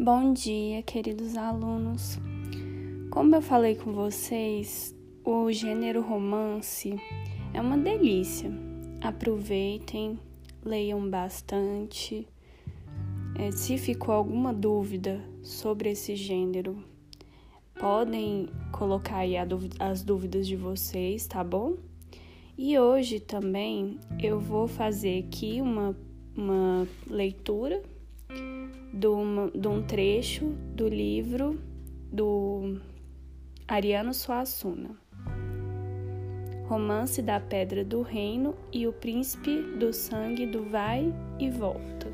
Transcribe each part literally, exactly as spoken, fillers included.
Bom dia, queridos alunos. Como eu falei com vocês, o gênero romance é uma delícia. Aproveitem, leiam bastante. É, se ficou alguma dúvida sobre esse gênero, podem colocar aí a dúvida, as dúvidas de vocês, tá bom? E hoje também eu vou fazer aqui uma, uma leitura de, uma, de um trecho do livro do Ariano Suassuna, Romance da Pedra do Reino e o Príncipe do Sangue do Vai e Volta.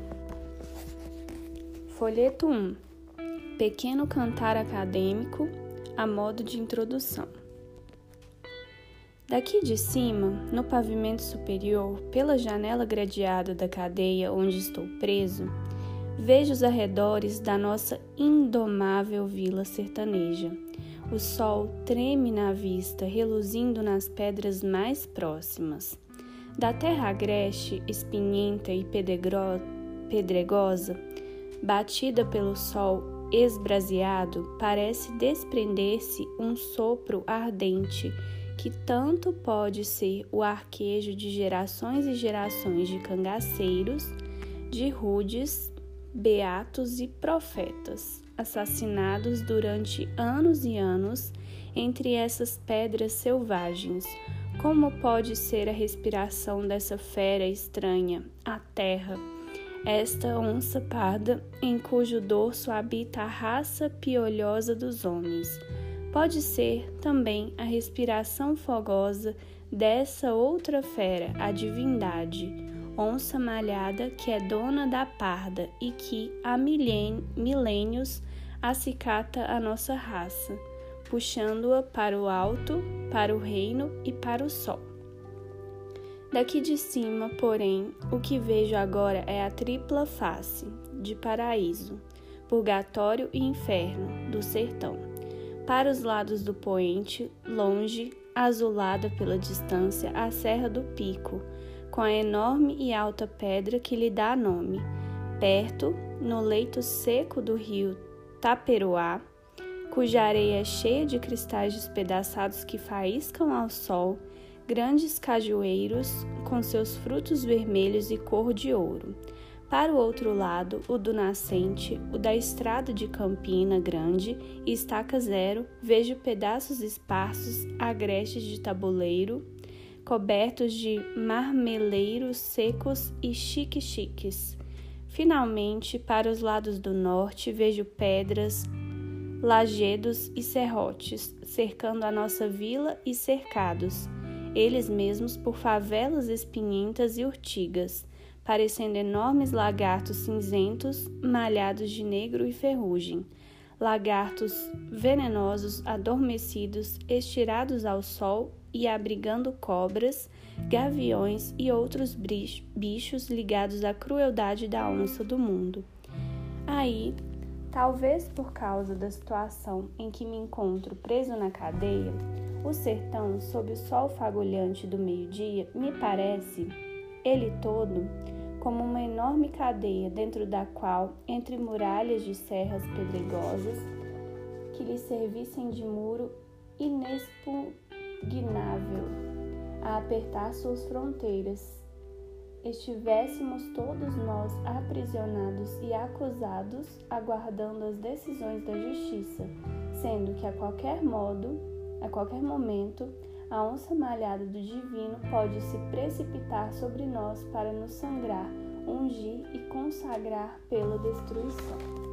Folheto um. Pequeno cantar acadêmico a modo de introdução. Daqui de cima, no pavimento superior, pela janela gradeada da cadeia onde estou preso, vejo os arredores da nossa indomável vila sertaneja. O sol treme na vista, reluzindo nas pedras mais próximas. Da terra agreste, espinhenta e pedregosa, batida pelo sol esbraseado, parece desprender-se um sopro ardente que tanto pode ser o arquejo de gerações e gerações de cangaceiros, de rudes, beatos e profetas, assassinados durante anos e anos entre essas pedras selvagens, como pode ser a respiração dessa fera estranha, a terra, esta onça parda em cujo dorso habita a raça piolhosa dos homens. Pode ser também a respiração fogosa dessa outra fera, a divindade, onça malhada que é dona da parda e que há milênios acicata a nossa raça, puxando-a para o alto, para o reino e para o sol. Daqui de cima, porém, o que vejo agora é a tripla face de paraíso, purgatório e inferno do sertão. Para os lados do poente, longe, azulada pela distância, a Serra do Pico, com a enorme e alta pedra que lhe dá nome. Perto, no leito seco do rio Taperoá, cuja areia é cheia de cristais despedaçados que faiscam ao sol, grandes cajueiros com seus frutos vermelhos e cor de ouro. Para o outro lado, o do nascente, o da estrada de Campina Grande e Estaca Zero, vejo pedaços esparsos, agrestes de tabuleiro, cobertos de marmeleiros secos e chique-chiques. Finalmente, para os lados do norte, vejo pedras, lajedos e serrotes, cercando a nossa vila e cercados, eles mesmos por favelas espinhentas e urtigas, parecendo enormes lagartos cinzentos, malhados de negro e ferrugem. Lagartos venenosos, adormecidos, estirados ao sol e abrigando cobras, gaviões e outros bichos ligados à crueldade da onça do mundo. Aí, talvez por causa da situação em que me encontro preso na cadeia, o sertão, sob o sol fagulhante do meio-dia, me parece, ele todo, como uma enorme cadeia dentro da qual, entre muralhas de serras pedregosas, que lhe servissem de muro inexpugnável a apertar suas fronteiras, estivéssemos todos nós aprisionados e acusados, aguardando as decisões da justiça, sendo que a qualquer modo, a qualquer momento, a onça malhada do divino pode se precipitar sobre nós para nos sangrar, ungir e consagrar pela destruição.